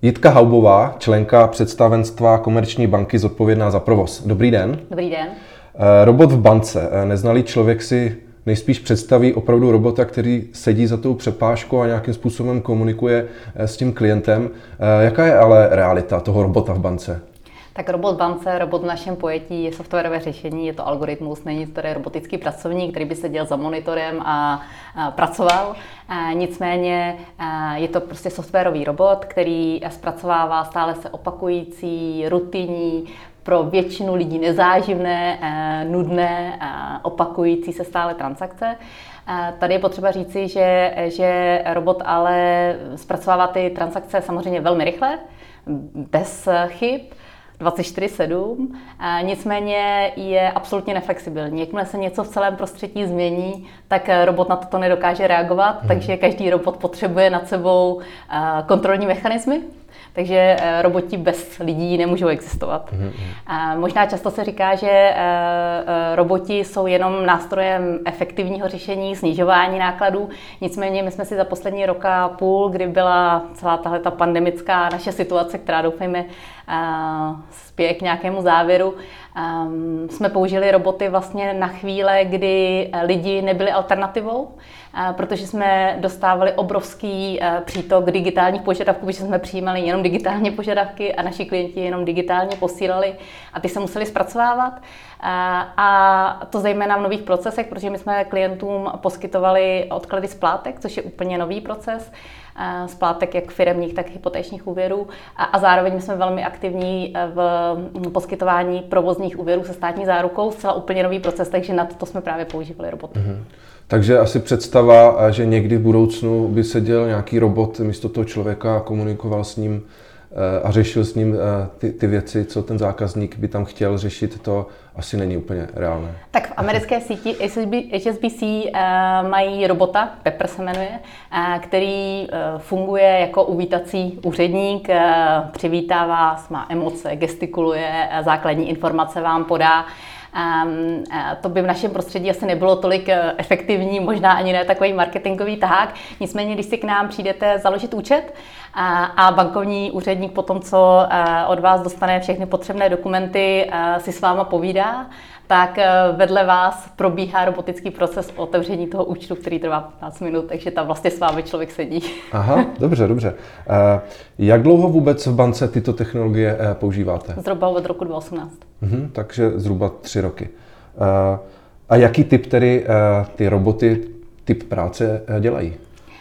Jitka Haubová, členka představenstva Komerční banky zodpovědná za provoz. Dobrý den. Dobrý den. Robot v bance. Neznalý člověk si nejspíš představí opravdu robota, který sedí za tou přepážkou a nějakým způsobem komunikuje s tím klientem. Jaká je ale realita toho robota v bance? Tak robot v bance, robot v našem pojetí je softwarové řešení, je to algoritmus, není to tady robotický pracovník, který by seděl za monitorem a pracoval. Nicméně je to prostě softwarový robot, který zpracovává stále se opakující, rutinní, pro většinu lidí nezáživné, nudné, opakující se stále transakce. Tady je potřeba říci, že robot ale zpracovává ty transakce samozřejmě velmi rychle, bez chyb, 24/7, nicméně je absolutně neflexibilní. Jakmile se něco v celém prostředí změní, tak robot na toto nedokáže reagovat, takže každý robot potřebuje nad sebou kontrolní mechanismy. Takže roboti bez lidí nemůžou existovat. Možná často se říká, že roboti jsou jenom nástrojem efektivního řešení, snižování nákladů. Nicméně my jsme si za poslední rok a půl, kdy byla celá tahleta pandemická naše situace, která doufejme spěje k nějakému závěru, jsme použili roboty vlastně na chvíle, kdy lidi nebyli alternativou, protože jsme dostávali obrovský přítok digitálních požadavků, protože jsme přijímali jenom digitální požadavky a naši klienti jenom digitálně posílali a ty se museli zpracovávat. A to zejména v nových procesech, protože my jsme klientům poskytovali odklady splátek, což je úplně nový proces, splátek jak firemních, tak hypotečních úvěrů a zároveň jsme velmi aktivní v poskytování provozních úvěrů se státní zárukou, zcela úplně nový proces, takže na to jsme právě používali roboty. Takže asi představa, že někdy v budoucnu by seděl nějaký robot místo toho člověka a komunikoval s ním a řešil s ním ty věci, co ten zákazník by tam chtěl řešit, to asi není úplně reálné. Tak v americké síti HSBC mají robota, Pepper se jmenuje, který funguje jako uvítací úředník, přivítá vás, má emoce, gestikuluje, základní informace vám podá. To by v našem prostředí asi nebylo tolik efektivní, možná ani ne takový marketingový tahák. Nicméně, když si k nám přijdete založit účet a bankovní úředník po tom, co od vás dostane všechny potřebné dokumenty, si s váma povídá, tak vedle vás probíhá robotický proces otevření toho účtu, který trvá 15 minut, takže tam vlastně s vámi člověk sedí. Aha, dobře. Jak dlouho vůbec v bance tyto technologie používáte? Zhruba od roku 2018. Takže zhruba 3 roky. A jaký typ tedy ty roboty, typ práce dělají?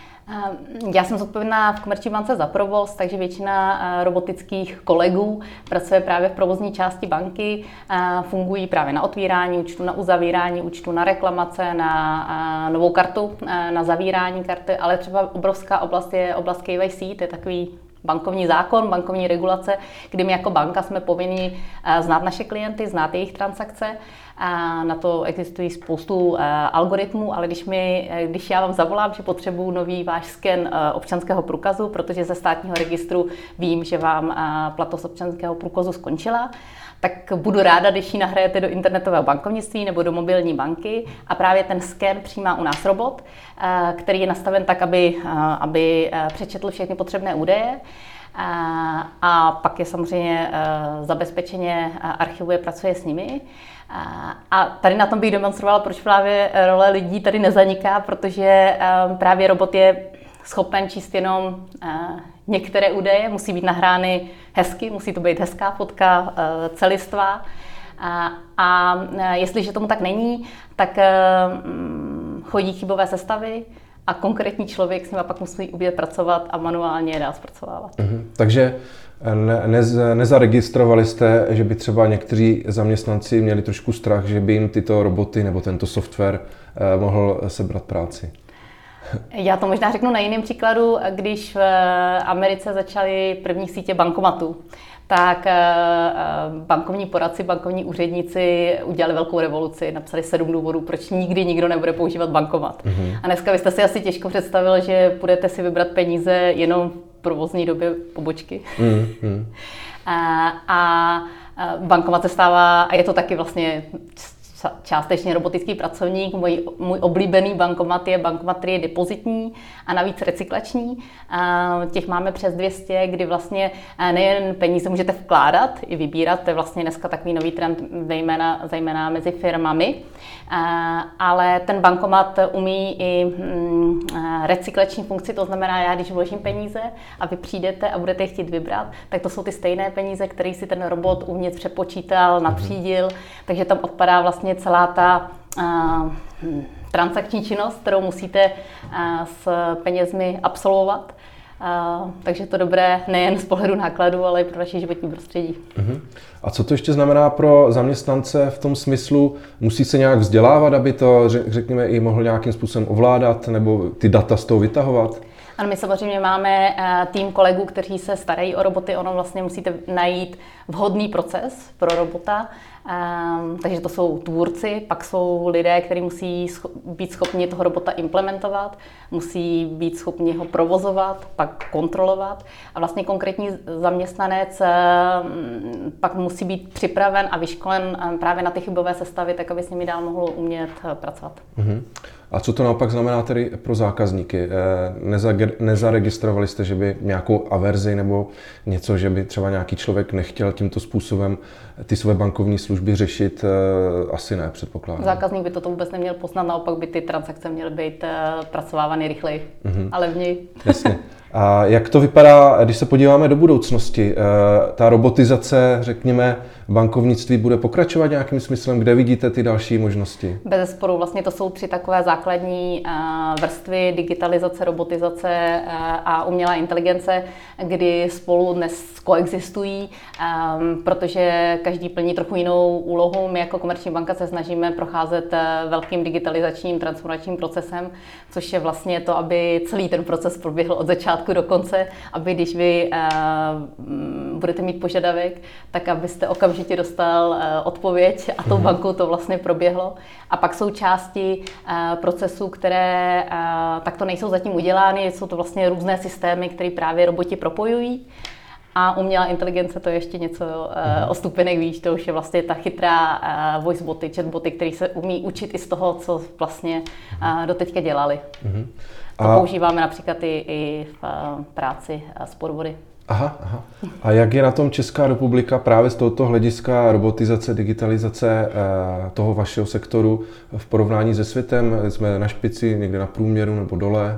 Já jsem zodpovědná v Komerční bance za provoz, takže většina robotických kolegů pracuje právě v provozní části banky, fungují právě na otvírání účtu, na uzavírání účtu, na reklamace, na novou kartu, na zavírání karty, ale třeba obrovská oblast je oblast KYC, to je takový bankovní zákon, bankovní regulace, kdy my jako banka jsme povinni znát naše klienty, znát jejich transakce. Na to existují spoustu algoritmů, ale když já vám zavolám, že potřebuji nový váš sken občanského průkazu, protože ze státního registru vím, že vám platnost občanského průkazu skončila, tak budu ráda, když ji nahrajete do internetového bankovnictví nebo do mobilní banky a právě ten sken přijímá u nás robot, který je nastaven tak, aby přečetl všechny potřebné údaje. A pak je samozřejmě zabezpečeně archivuje, pracuje s nimi. A tady na tom bych demonstrovala, proč právě role lidí tady nezaniká, protože právě robot je schopen číst jenom některé údaje, musí být nahrány hezky, musí to být hezká fotka, celistvá. A jestliže tomu tak není, tak chodí chybové sestavy a konkrétní člověk s nimi pak musí umět pracovat a manuálně je dál zpracovávat. Takže nezaregistrovali jste, že by třeba někteří zaměstnanci měli trošku strach, že by jim tyto roboty nebo tento software mohl sebrat práci? Já to možná řeknu na jiném příkladu, když v Americe začaly první sítě bankomatů, tak bankovní poradci, bankovní úředníci udělali velkou revoluci, napsali 7 důvodů, proč nikdy nikdo nebude používat bankomat. A dneska byste si asi těžko představil, že budete si vybrat peníze jenom v provozní době pobočky. A bankomat se stává, a je to taky vlastně částečně robotický pracovník. Můj oblíbený bankomat je bankomat, který je depozitní a navíc recyklační. Těch máme přes 200, kdy vlastně nejen peníze můžete vkládat i vybírat, to je vlastně dneska takový nový trend, zejména mezi firmami, ale ten bankomat umí i recyklační funkci, to znamená, já když vložím peníze a vy přijdete a budete je chtít vybrat, tak to jsou ty stejné peníze, které si ten robot uvnitř přepočítal, natřídil, takže tam odpadá vlastně celá ta transakční činnost, kterou musíte s penězmi absolvovat. Takže to dobré nejen z pohledu nákladu, ale i pro naše životní prostředí. A co to ještě znamená pro zaměstnance v tom smyslu, musí se nějak vzdělávat, aby to, řekněme, i mohl nějakým způsobem ovládat, nebo ty data z toho vytahovat? Ano, my samozřejmě máme tým kolegů, kteří se starají o roboty. Ono vlastně musíte najít vhodný proces pro robota. Takže to jsou tvůrci, pak jsou lidé, kteří musí být schopni toho robota implementovat, musí být schopni ho provozovat, pak kontrolovat. A vlastně konkrétní zaměstnanec pak musí být připraven a vyškolen právě na ty chybové sestavy, tak aby s nimi dál mohl umět pracovat. A co to naopak znamená tedy pro zákazníky? Nezaregistrovali jste, že by nějakou averzi nebo něco, že by třeba nějaký člověk nechtěl tímto způsobem ty své bankovní služby řešit? Asi ne, předpokládám. Zákazník by toto vůbec neměl poznat, naopak by ty transakce měly být pracovávány rychleji a levněji. Jasně. A jak to vypadá, když se podíváme do budoucnosti? Ta robotizace, řekněme, bankovnictví bude pokračovat nějakým smyslem? Kde vidíte ty další možnosti? Bezesporu vlastně to jsou 3 takové základní vrstvy: digitalizace, robotizace a umělá inteligence, kdy spolu dnes koexistují, protože každý plní trochu jinou úlohu. My jako komerční banka se snažíme procházet velkým digitalizačním transformačním procesem, což je vlastně to, aby celý ten proces proběhl od začátku do konce, aby když vy budete mít požadavek, tak abyste okamžitě dostal odpověď a tou bankou to vlastně proběhlo. A pak jsou části procesů, které takto nejsou zatím udělány, jsou to vlastně různé systémy, které právě roboti propojují. A umělá inteligence, to je ještě něco o stupenek výš, to už je vlastně ta chytrá voice boty, chatboty, který se umí učit i z toho, co vlastně doteďka dělali. To používáme například i v práci s podvody. Aha. A jak je na tom Česká republika právě z tohoto hlediska robotizace, digitalizace toho vašeho sektoru v porovnání se světem? Jsme na špici, někde na průměru nebo dole?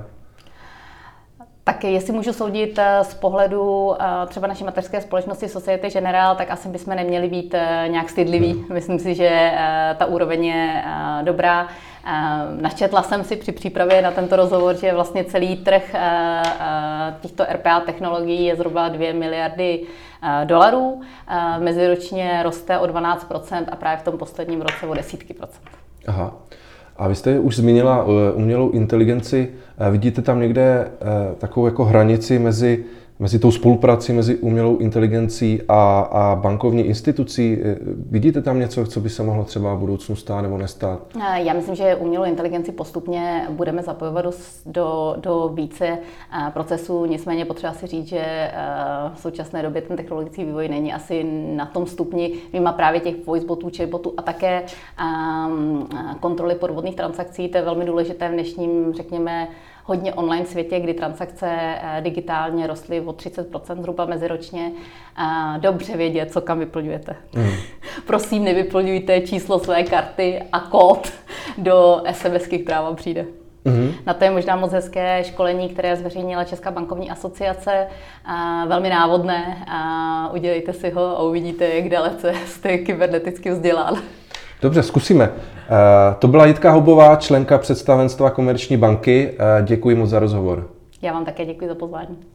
Tak jestli můžu soudit z pohledu třeba naší mateřské společnosti Société Générale, tak asi bychom neměli být nějak stydliví. Myslím si, že ta úroveň je dobrá. Načetla jsem si při přípravě na tento rozhovor, že vlastně celý trh těchto RPA technologií je zhruba 2 miliardy dolarů. Meziročně roste o 12% a právě v tom posledním roce o desítky procent. Aha. A vy jste už zmínila umělou inteligenci. Vidíte tam někde takovou jako hranici mezi tou spoluprací mezi umělou inteligencí a bankovní institucí? Vidíte tam něco, co by se mohlo třeba v budoucnu stát nebo nestát? Já myslím, že umělou inteligenci postupně budeme zapojovat do více procesů, nicméně potřeba si říct, že v současné době ten technologický vývoj není asi na tom stupni. Vyjma právě těch voicebotů, chatbotů a také kontroly podvodných transakcí. To je velmi důležité v dnešním, řekněme, hodně online světě, kdy transakce digitálně rostly o 30% zhruba meziročně. Dobře vědět, co kam vyplňujete. Prosím, nevyplňujte číslo své karty a kód do SMSky, která vám přijde. Na to je možná moc hezké školení, které zveřejnila Česká bankovní asociace. Velmi návodné. Udělejte si ho a uvidíte, jak dalece jste kyberneticky vzdělán. Dobře, zkusíme. To byla Jitka Houbová, členka představenstva Komerční banky. Děkuji moc za rozhovor. Já vám také děkuji za pozvání.